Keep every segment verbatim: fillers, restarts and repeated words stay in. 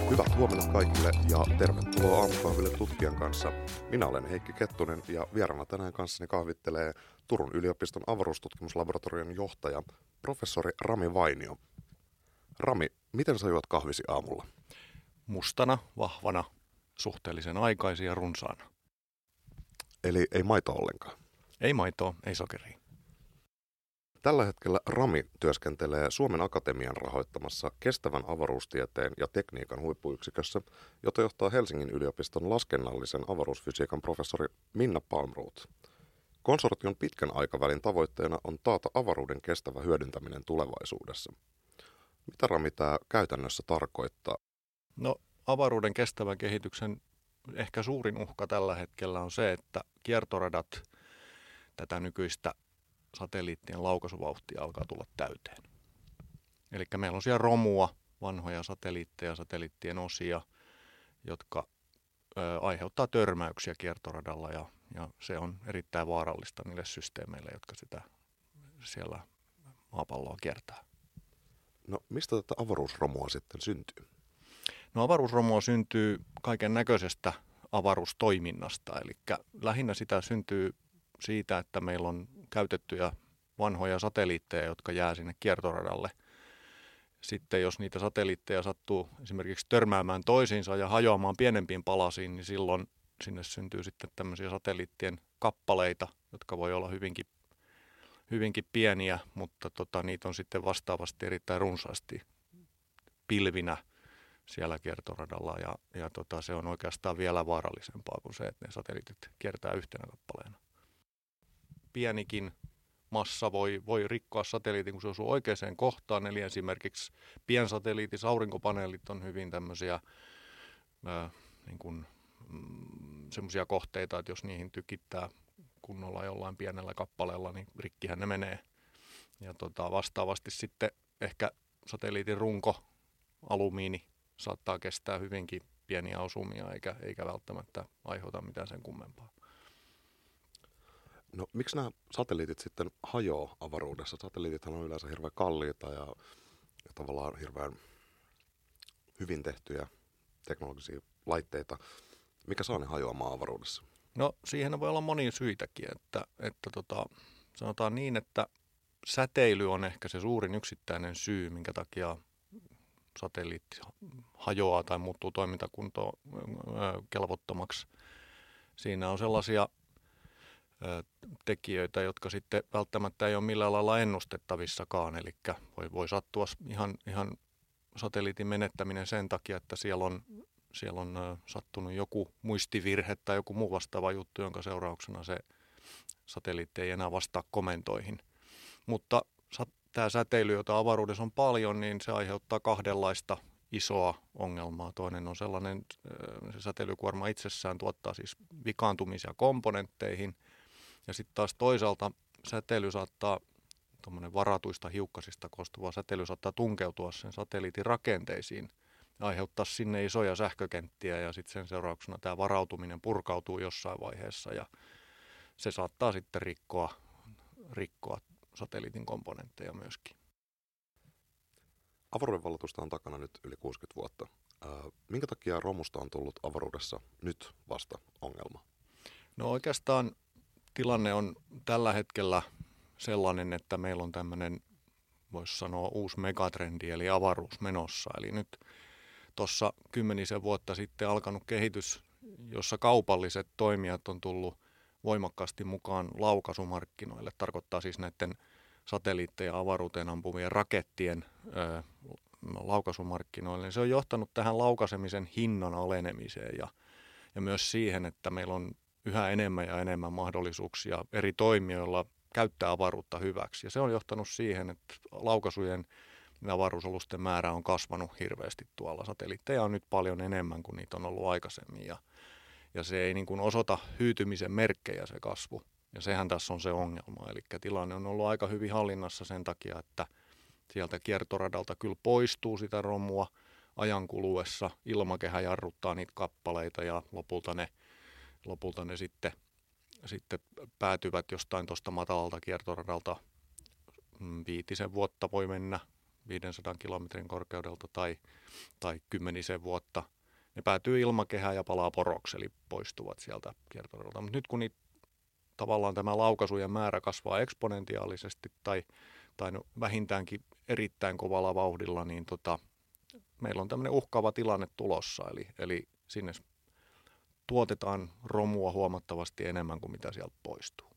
Hyvät huomenta kaikille ja tervetuloa Aamukahville tutkijan kanssa. Minä olen Heikki Kettunen ja vieraana tänään kanssani kahvittelee Turun yliopiston avaruustutkimuslaboratorion johtaja, professori Rami Vainio. Rami, miten sä juot kahvisi aamulla? Mustana, vahvana, suhteellisen aikaisin ja runsaana. Eli ei maitoa ollenkaan? Ei maitoa, ei sokeria. Tällä hetkellä Rami työskentelee Suomen Akatemian rahoittamassa kestävän avaruustieteen ja tekniikan huippuyksikössä, jota johtaa Helsingin yliopiston laskennallisen avaruusfysiikan professori Minna Palmroth. Konsortion pitkän aikavälin tavoitteena on taata avaruuden kestävä hyödyntäminen tulevaisuudessa. Mitä, Rami, tämä käytännössä tarkoittaa? No, avaruuden kestävän kehityksen ehkä suurin uhka tällä hetkellä on se, että kiertoradat tätä nykyistä satelliittien laukaisuvauhtia alkaa tulla täyteen. Eli meillä on siellä romua, vanhoja satelliitteja, satelliittien osia, jotka ö, aiheuttaa törmäyksiä kiertoradalla ja, ja se on erittäin vaarallista niille systeemeille, jotka sitä siellä maapalloa kiertää. No, mistä tätä avaruusromua sitten syntyy? No, avaruusromua syntyy kaiken näköisestä avaruustoiminnasta, eli lähinnä sitä syntyy siitä, että meillä on käytettyjä vanhoja satelliitteja, jotka jää sinne kiertoradalle. Sitten jos niitä satelliitteja sattuu esimerkiksi törmäämään toisiinsa ja hajoamaan pienempiin palasiin, niin silloin sinne syntyy sitten tämmöisiä satelliittien kappaleita, jotka voi olla hyvinkin, hyvinkin pieniä, mutta tota, niitä on sitten vastaavasti erittäin runsaasti pilvinä siellä kiertoradalla ja, ja tota, se on oikeastaan vielä vaarallisempaa kuin se, että ne satelliitit kiertää yhtenä kappaleena. Pienikin massa voi, voi rikkoa satelliitin, kun se osuu oikeaan kohtaan. Eli esimerkiksi piensatelliitit, aurinkopaneelit on hyvin tämmöisiä ää, niin kuin, mm, semmoisia kohteita, että jos niihin tykittää kunnolla jollain pienellä kappaleella, niin rikkihän ne menee. Ja tota, vastaavasti sitten ehkä satelliitin runko, alumiini, saattaa kestää hyvinkin pieniä osumia, eikä, eikä välttämättä aiheuta mitään sen kummempaa. No, miksi nämä satelliitit sitten hajoaa avaruudessa? Satelliitithan on yleensä hirveän kalliita ja, ja tavallaan hirveän hyvin tehtyjä teknologisia laitteita. Mikä saa ne hajoamaan avaruudessa? No, siihen voi olla monia syitäkin, että, että tota, sanotaan niin, että säteily on ehkä se suurin yksittäinen syy, minkä takia satelliitti hajoaa tai muuttuu toimintakuntoon kelvottomaksi. Siinä on sellaisia tekijöitä, jotka sitten välttämättä ei ole millään lailla ennustettavissakaan. Eli voi, voi sattua ihan, ihan satelliitin menettäminen sen takia, että siellä on, siellä on sattunut joku muistivirhe tai joku muu vastaava juttu, jonka seurauksena se satelliitti ei enää vastaa komentoihin. Mutta tämä säteily, jota avaruudessa on paljon, niin se aiheuttaa kahdenlaista isoa ongelmaa. Toinen on sellainen, se säteilykuorma itsessään tuottaa siis vikaantumisia komponentteihin. Ja sitten taas toisaalta säteily saattaa, tuommoinen varatuista hiukkasista koostuva säteily saattaa tunkeutua sen satelliitin rakenteisiin ja aiheuttaa sinne isoja sähkökenttiä ja sitten sen seurauksena tämä varautuminen purkautuu jossain vaiheessa ja se saattaa sitten rikkoa, rikkoa satelliitin komponentteja myöskin. Avaruuden valloitusta on takana nyt yli kuusikymmentä vuotta. Ää, minkä takia romusta on tullut avaruudessa nyt vasta ongelma? No oikeastaan tilanne on tällä hetkellä sellainen, että meillä on tämmöinen, voisi sanoa, uusi megatrendi, eli avaruus menossa. Eli nyt tuossa kymmenisen vuotta sitten alkanut kehitys, jossa kaupalliset toimijat on tullut voimakkaasti mukaan laukaisumarkkinoille. Tarkoittaa siis näiden satelliitteja avaruuteen ampuvien rakettien ö, laukaisumarkkinoille. Se on johtanut tähän laukaisemisen hinnan alenemiseen ja, ja myös siihen, että meillä on yhä enemmän ja enemmän mahdollisuuksia eri toimijoilla käyttää avaruutta hyväksi. Ja se on johtanut siihen, että laukaisujen ja avaruusalusten määrä on kasvanut hirveästi tuolla. Satelliitteja on nyt paljon enemmän kuin niitä on ollut aikaisemmin ja, ja se ei niin kuin osoita hyytymisen merkkejä se kasvu. Ja sehän tässä on se ongelma. Eli tilanne on ollut aika hyvin hallinnassa sen takia, että sieltä kiertoradalta kyllä poistuu sitä romua ajan kuluessa. Ilmakehä jarruttaa niitä kappaleita ja lopulta ne, lopulta ne sitten, sitten päätyvät jostain tuosta matalalta kiertoradalta. Viitisen vuotta voi mennä, viisisataa kilometrin korkeudelta tai, tai kymmenisen vuotta. Ne päätyy ilmakehään ja palaa poroksi, eli poistuvat sieltä kiertoradalta. Mutta nyt kun niitä, tavallaan tämä laukaisujen määrä kasvaa eksponentiaalisesti tai, tai no vähintäänkin erittäin kovalla vauhdilla, niin tota, meillä on tämmöinen uhkaava tilanne tulossa, eli, eli sinne tuotetaan romua huomattavasti enemmän kuin mitä sieltä poistuu.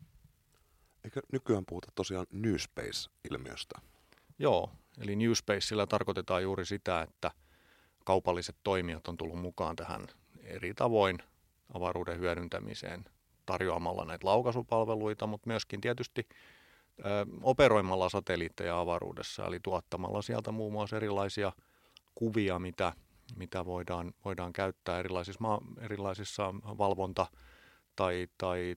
Eikö nykyään puhuta tosiaan New Space-ilmiöstä? Joo, eli New Spacella tarkoitetaan juuri sitä, että kaupalliset toimijat on tullut mukaan tähän eri tavoin avaruuden hyödyntämiseen tarjoamalla näitä laukaisupalveluita, mutta myöskin tietysti ö, operoimalla satelliitteja avaruudessa, eli tuottamalla sieltä muun muassa erilaisia kuvia, mitä, mitä voidaan, voidaan käyttää erilaisissa, maa, erilaisissa valvonta- tai, tai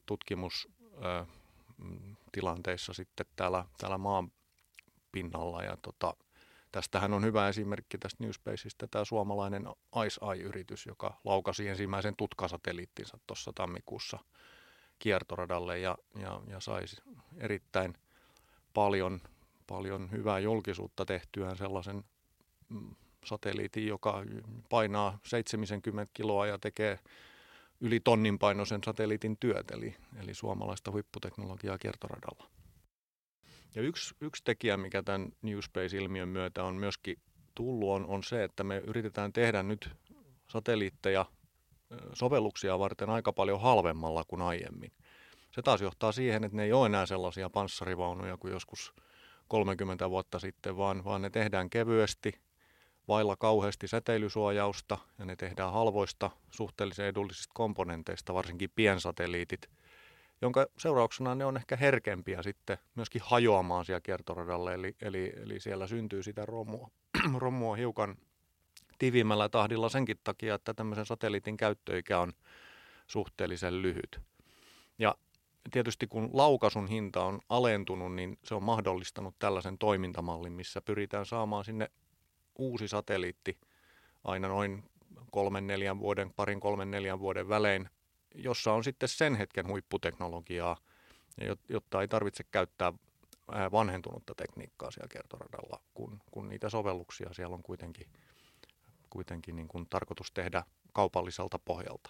tutkimustilanteissa sitten täällä, täällä maan pinnalla. Ja tota, tästähän on hyvä esimerkki tästä New Spaceista tämä suomalainen ICEYE-yritys, joka laukasi ensimmäisen tutkasatelliittinsa tuossa tammikuussa kiertoradalle ja, ja, ja sai erittäin paljon, paljon hyvää julkisuutta tehtyään sellaisen satelliitin, joka painaa seitsemänkymmentä kiloa ja tekee yli tonnin painoisen satelliitin työt, eli, eli suomalaista huipputeknologiaa kiertoradalla. Ja yksi, yksi tekijä, mikä tämän New Space-ilmiön myötä on myöskin tullut, on, on se, että me yritetään tehdä nyt satelliitteja sovelluksia varten aika paljon halvemmalla kuin aiemmin. Se taas johtaa siihen, että ne ei ole enää sellaisia panssarivaunuja kuin joskus kolmekymmentä vuotta sitten, vaan, vaan ne tehdään kevyesti, vailla kauheasti säteilysuojausta, ja ne tehdään halvoista, suhteellisen edullisista komponenteista, varsinkin piensatelliitit, jonka seurauksena ne on ehkä herkempiä sitten myöskin hajoamaan siellä kiertoradalle, eli, eli, eli siellä syntyy sitä romua, romua hiukan tiiviimmällä tahdilla senkin takia, että tämmöisen satelliitin käyttöikä on suhteellisen lyhyt. Ja tietysti kun laukaisun hinta on alentunut, niin se on mahdollistanut tällaisen toimintamallin, missä pyritään saamaan sinne uusi satelliitti aina noin kolmen neljän vuoden, parin kolmen neljän vuoden välein, jossa on sitten sen hetken huipputeknologiaa, jotta ei tarvitse käyttää vanhentunutta tekniikkaa siellä kiertoradalla, kun, kun niitä sovelluksia siellä on kuitenkin, kuitenkin niin kuin tarkoitus tehdä kaupalliselta pohjalta.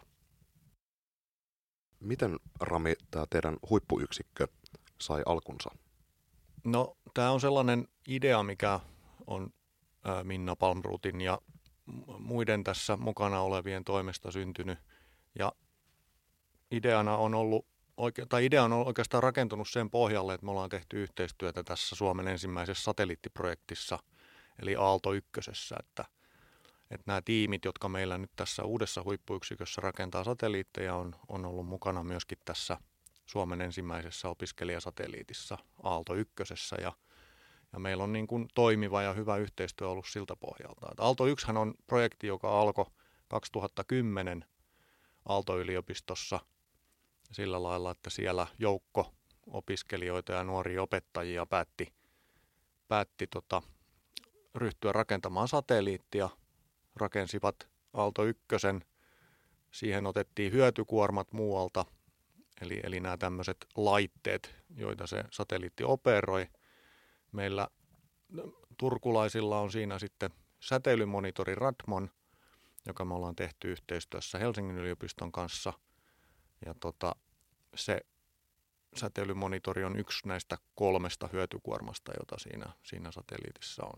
Miten, Rami, tämä teidän huippuyksikkö sai alkunsa? No, tämä on sellainen idea, mikä on ää, Minna Palmrothin ja muiden tässä mukana olevien toimesta syntynyt. Ja ideana on ollut, oike- tai idea on oikeastaan rakentunut sen pohjalle, että me ollaan tehty yhteistyötä tässä Suomen ensimmäisessä satelliittiprojektissa, eli Aalto ykkösessä, että Että nämä tiimit, jotka meillä nyt tässä uudessa huippuyksikössä rakentaa satelliitteja, on, on ollut mukana myöskin tässä Suomen ensimmäisessä opiskelijasatelliitissa Aalto ykkösessä. Ja, ja meillä on niin kuin toimiva ja hyvä yhteistyö ollut siltä pohjalta. Et Aalto yksi on projekti, joka alkoi kaksituhattakymmenen Aalto-yliopistossa sillä lailla, että siellä joukko opiskelijoita ja nuoria opettajia päätti, päätti tota, ryhtyä rakentamaan satelliittia. Rakensivat Aalto ykkösen, siihen otettiin hyötykuormat muualta, eli, eli nämä tämmöiset laitteet, joita se satelliitti operoi. Meillä turkulaisilla on siinä sitten säteilymonitori Radmon, joka me ollaan tehty yhteistyössä Helsingin yliopiston kanssa. Ja tota, se säteilymonitori on yksi näistä kolmesta hyötykuormasta, jota siinä, siinä satelliitissa on.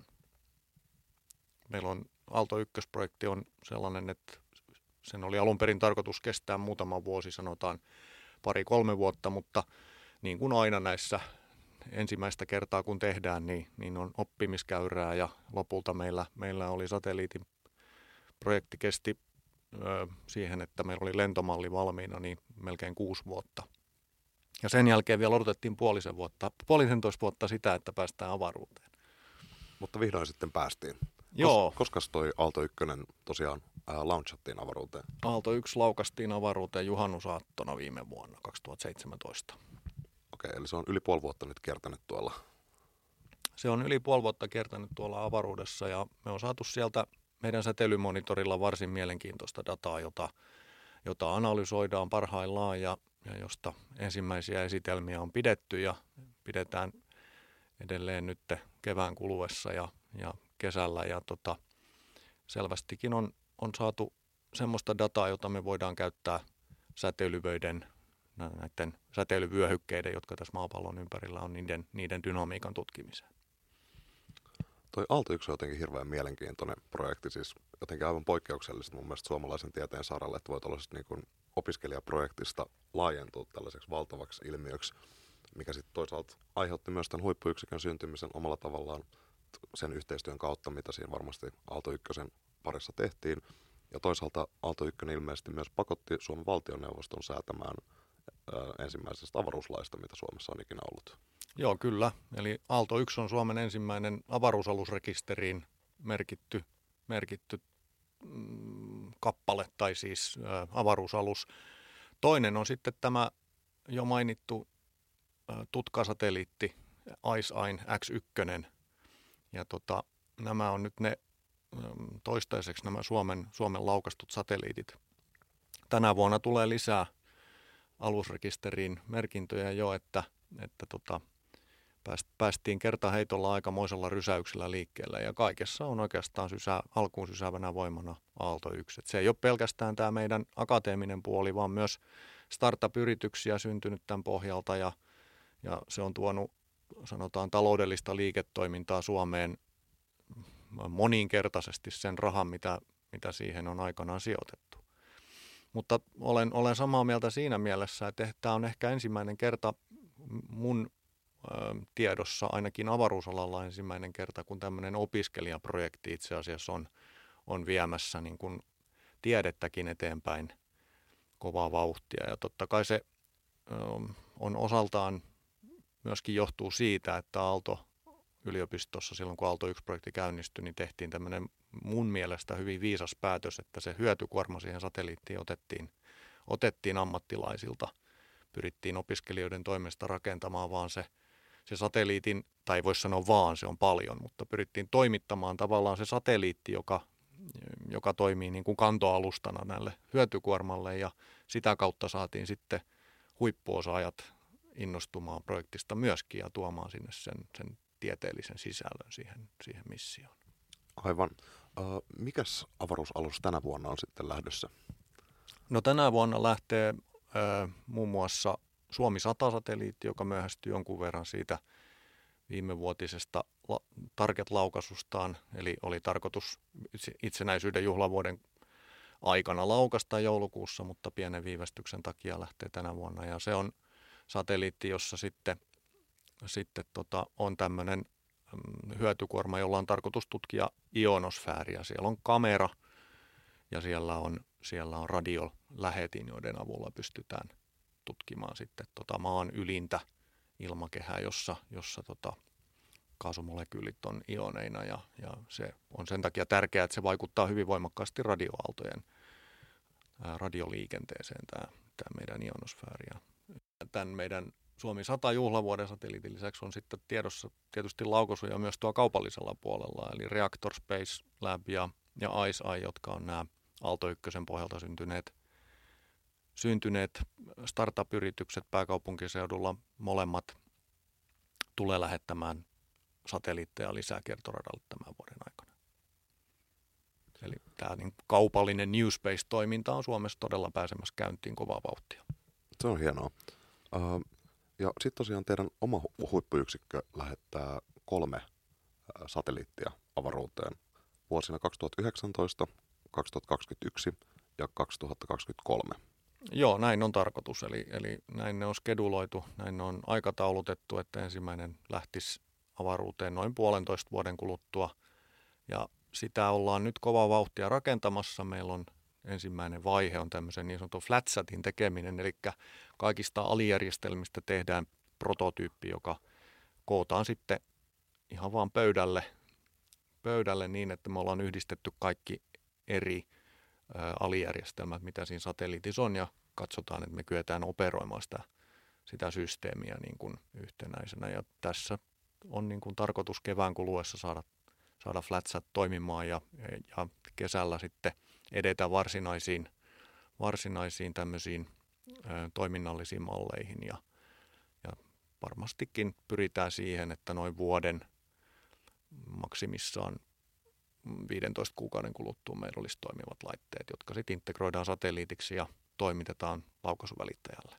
Meillä on Aalto ykkösprojekti on sellainen, että sen oli alun perin tarkoitus kestää muutama vuosi, sanotaan pari-kolme vuotta, mutta niin kuin aina näissä ensimmäistä kertaa kun tehdään, niin, niin on oppimiskäyrää ja lopulta meillä, meillä oli satelliitin projekti kesti ö, siihen, että meillä oli lentomalli valmiina, niin melkein kuusi vuotta. Ja sen jälkeen vielä odotettiin puolisen vuotta, puolisentoista vuotta sitä, että päästään avaruuteen. Mutta vihdoin sitten päästiin. Joo. Koska toi Aalto ykkönen tosiaan ää, launchattiin avaruuteen? Aalto yksi laukastiin avaruuteen juhannusaattona viime vuonna, kaksituhattaseitsemäntoista. Okei, eli se on yli puoli vuotta nyt kiertänyt tuolla. Se on yli puoli vuotta kiertänyt tuolla avaruudessa ja me on saatu sieltä meidän säteilymonitorilla varsin mielenkiintoista dataa, jota, jota analysoidaan parhaillaan ja, ja josta ensimmäisiä esitelmiä on pidetty ja pidetään edelleen nyt kevään kuluessa ja, ja kesällä. Ja tota, selvästikin on, on saatu semmoista dataa, jota me voidaan käyttää säteilyvöiden, näiden säteilyvyöhykkeiden, jotka tässä maapallon ympärillä on, niiden, niiden dynamiikan tutkimiseen. Toi Aalto yksi on jotenkin hirveän mielenkiintoinen projekti, siis jotenkin aivan poikkeuksellista mun mielestä suomalaisen tieteen saralle, että voi tuollaisesta niin kuin opiskelijaprojektista laajentua tällaiseksi valtavaksi ilmiöksi, mikä sitten toisaalta aiheutti myös tämän huippuyksikön syntymisen omalla tavallaan sen yhteistyön kautta, mitä siinä varmasti Aalto ykkösen parissa tehtiin. Ja toisaalta Aalto ykkönen ilmeisesti myös pakotti Suomen valtioneuvoston säätämään ö, ensimmäisestä avaruuslaista, mitä Suomessa on ikinä ollut. Joo, kyllä. Eli Aalto yksi on Suomen ensimmäinen avaruusalusrekisteriin merkitty, merkitty mm, kappale, tai siis ä, avaruusalus. Toinen on sitten tämä jo mainittu ä, tutkasatelliitti ICEYE X yksi. Ja tota, nämä on nyt ne ä, toistaiseksi nämä Suomen, Suomen laukastut satelliitit. Tänä vuonna tulee lisää alusrekisteriin merkintöjä jo, että, että tota, päästiin kertaheitolla aikamoisella rysäyksellä liikkeelle ja kaikessa on oikeastaan sysä, alkuun sysäävänä voimana Aalto yksi. Et se ei ole pelkästään tämä meidän akateeminen puoli, vaan myös startup-yrityksiä syntynyt tämän pohjalta ja, ja se on tuonut sanotaan taloudellista liiketoimintaa Suomeen moninkertaisesti sen rahan, mitä, mitä siihen on aikanaan sijoitettu. Mutta olen, olen samaa mieltä siinä mielessä, että tämä on ehkä ensimmäinen kerta mun tiedossa, ainakin avaruusalalla ensimmäinen kerta, kun tämmöinen opiskelijaprojekti itse asiassa on, on viemässä niin kuin tiedettäkin eteenpäin kovaa vauhtia. Ja totta kai se on osaltaan myöskin johtuu siitä, että Aalto-yliopistossa silloin, kun Aalto yksi-projekti käynnistyi, niin tehtiin tämmöinen mun mielestä hyvin viisas päätös, että se hyötykuorma siihen satelliittiin otettiin, otettiin ammattilaisilta. Pyrittiin opiskelijoiden toimesta rakentamaan vaan se se satelliitin, tai ei voi sanoa vaan, se on paljon, mutta pyrittiin toimittamaan tavallaan se satelliitti, joka, joka toimii niin kuin kantoalustana näille hyötykuormalle, ja sitä kautta saatiin sitten huippuosaajat innostumaan projektista myöskin ja tuomaan sinne sen, sen tieteellisen sisällön siihen, siihen missioon. Aivan. Uh, mikäs avaruusalus tänä vuonna on sitten lähdössä? No tänä vuonna lähtee uh, muun muassa Suomi sata-satelliitti, joka myöhästyi jonkun verran siitä viimevuotisesta la- Target-laukaisustaan, eli oli tarkoitus itsenäisyyden juhlavuoden aikana laukasta joulukuussa, mutta pienen viivästyksen takia lähtee tänä vuonna. Ja se on satelliitti, jossa sitten, sitten tota, on tämmöinen mm, hyötykuorma, jolla on tarkoitus tutkia ionosfääriä. Siellä on kamera ja siellä on, siellä on radiolähetin, joiden avulla pystytään tutkimaan sitten tota maan ylintä ilmakehää, jossa, jossa tota kaasumolekyylit on ioneina ja, ja se on sen takia tärkeää, että se vaikuttaa hyvin voimakkaasti radioaaltojen ää, radioliikenteeseen tämä, tämä meidän ionosfääri. Ja tämän meidän Suomi sata juhlavuoden satelliitin lisäksi on sitten tiedossa tietysti laukaisuja myös tuo kaupallisella puolella, eli Reactor Space Lab ja, ja ICEYE, jotka on nämä Aalto ykkösen pohjalta syntyneet syntyneet startup-yritykset pääkaupunkiseudulla, molemmat tulee lähettämään satelliitteja lisää kiertoradalle tämän vuoden aikana. Eli tämä niin kaupallinen New Space-toiminta on Suomessa todella pääsemässä käyntiin kovaa vauhtia. Se on hienoa. Uh, ja sitten tosiaan teidän oma hu- huippuyksikkö lähettää kolme uh, satelliittia avaruuteen vuosina kaksituhattayhdeksäntoista, kaksituhattakaksikymmentäyksi ja kaksituhattakaksikymmentäkolme. Joo, näin on tarkoitus. Eli, eli näin ne on skeduloitu, näin ne on aikataulutettu, että ensimmäinen lähtisi avaruuteen noin puolentoista vuoden kuluttua. Ja sitä ollaan nyt kovaa vauhtia rakentamassa. Meillä on ensimmäinen vaihe on tämmöisen niin sanotun flatsatin tekeminen, eli kaikista alijärjestelmistä tehdään prototyyppi, joka kootaan sitten ihan vaan pöydälle, pöydälle niin, että me ollaan yhdistetty kaikki eri alijärjestelmät, mitä siinä satelliitissa on, ja katsotaan, että me kyetään operoimaan sitä, sitä systeemiä niin kuin yhtenäisenä. Ja tässä on niin kuin tarkoitus kevään kuluessa saada, saada FlatSat toimimaan ja, ja kesällä sitten edetä varsinaisiin, varsinaisiin tämmöisiin ö, toiminnallisiin malleihin. Ja, ja varmastikin pyritään siihen, että noin vuoden maksimissaan viidentoista kuukauden kuluttua meillä olisi toimivat laitteet, jotka sitten integroidaan satelliitiksi ja toimitetaan laukaisuvälittäjälle.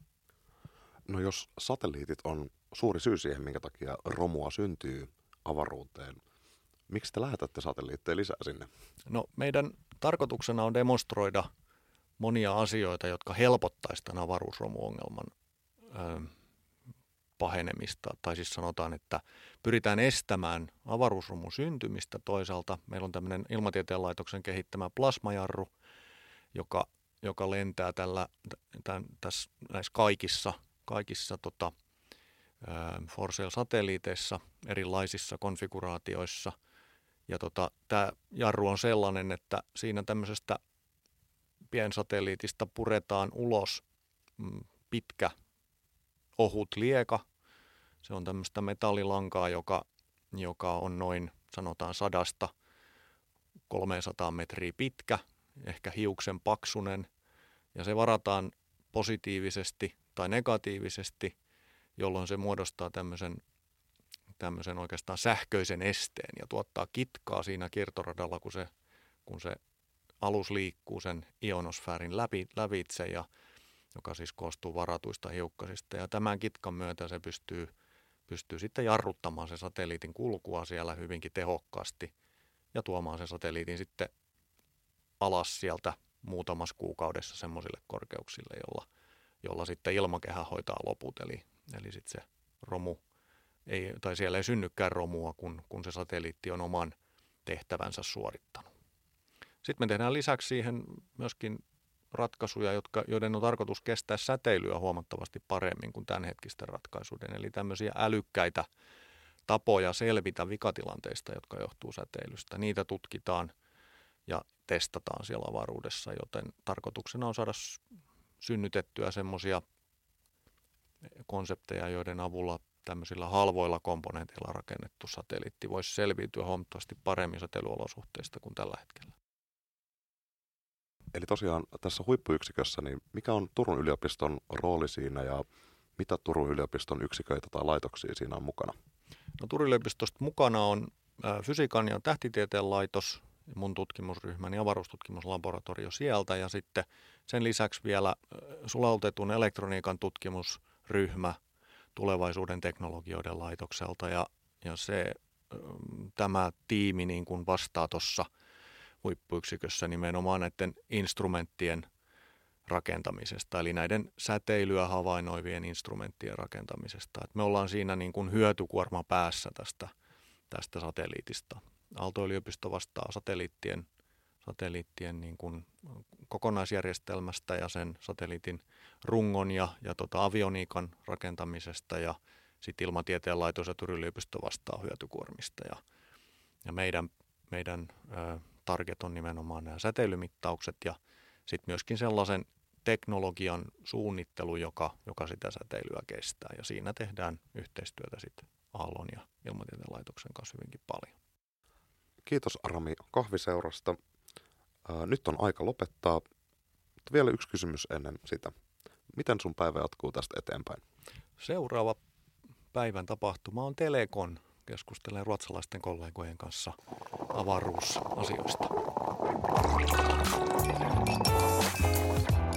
No jos satelliitit on suuri syy siihen, minkä takia romua syntyy avaruuteen, miksi te lähetätte satelliitteja lisää sinne? No meidän tarkoituksena on demonstroida monia asioita, jotka helpottaisivat tämän avaruusromuongelman ö, pahenemista. Tai siis sanotaan, että pyritään estämään avaruusromun syntymistä. Toisaalta meillä on tämmöinen Ilmatieteen laitoksen kehittämä plasmajarru, joka, joka lentää tällä, tämän, tässä, näissä kaikissa, kaikissa tota, Forsell-satelliiteissa, erilaisissa konfiguraatioissa. Ja tota, tämä jarru on sellainen, että siinä tämmöisestä piensatelliitista puretaan ulos mm, pitkä ohut lieka. Se on tämmöistä metallilankaa, joka, joka on noin sanotaan sadasta kolmeensataan metriä pitkä, ehkä hiuksen paksunen. Ja se varataan positiivisesti tai negatiivisesti, jolloin se muodostaa tämmöisen, tämmöisen oikeastaan sähköisen esteen ja tuottaa kitkaa siinä kiertoradalla, kun se, kun se alus liikkuu sen ionosfäärin läpi, lävitse, ja, joka siis koostuu varatuista hiukkasista. Ja tämän kitkan myötä se pystyy, pystyy sitten jarruttamaan se satelliitin kulkua siellä hyvinkin tehokkaasti ja tuomaan sen satelliitin sitten alas sieltä muutamassa kuukaudessa semmoisille korkeuksille, jolla, jolla sitten ilmakehä hoitaa loput. Eli, eli sitten se romu, ei, tai siellä ei synnykään romua, kun, kun se satelliitti on oman tehtävänsä suorittanut. Sitten me tehdään lisäksi siihen myöskin ratkaisuja, jotka, joiden on tarkoitus kestää säteilyä huomattavasti paremmin kuin tämänhetkisten ratkaisuiden. Eli tämmöisiä älykkäitä tapoja selvitä vikatilanteista, jotka johtuu säteilystä. Niitä tutkitaan ja testataan siellä avaruudessa, joten tarkoituksena on saada synnytettyä semmoisia konsepteja, joiden avulla tämmöisillä halvoilla komponenteilla rakennettu satelliitti voisi selviytyä huomattavasti paremmin säteilyolosuhteista kuin tällä hetkellä. Eli tosiaan tässä huippuyksikössä, niin mikä on Turun yliopiston rooli siinä ja mitä Turun yliopiston yksiköitä tai laitoksia siinä on mukana? No, Turun yliopistosta mukana on ä, fysiikan ja tähtitieteen laitos, mun tutkimusryhmäni avaruustutkimuslaboratorio sieltä, ja sitten sen lisäksi vielä ä, sulautetun elektroniikan tutkimusryhmä tulevaisuuden teknologioiden laitokselta, ja, ja se, ä, tämä tiimi niin kuin vastaa tuossa huippuyksikössä nimenomaan näiden instrumenttien rakentamisesta, eli näiden säteilyä havainnoivien instrumenttien rakentamisesta. Et me ollaan siinä niin kuin hyötykuorma päässä tästä, tästä satelliitista. Aalto-yliopisto vastaa satelliittien, satelliittien niin kuin kokonaisjärjestelmästä ja sen satelliitin rungon ja, ja tota avioniikan rakentamisesta, ja sitten Ilmatieteen laitos ja Turun yliopisto vastaa hyötykuormista. Ja, ja meidän, meidän ö, target on nimenomaan nämä säteilymittaukset ja sitten myöskin sellaisen teknologian suunnittelu, joka, joka sitä säteilyä kestää. Ja siinä tehdään yhteistyötä sitten Aallon ja Ilmatieteen laitoksen kanssa hyvinkin paljon. Kiitos Rami kahviseurasta. Ää, nyt on aika lopettaa. Mutta vielä yksi kysymys ennen sitä. Miten sun päivä jatkuu tästä eteenpäin? Seuraava päivän tapahtuma on Telekon. Keskustelen ruotsalaisten kollegojen kanssa avaruusasioista.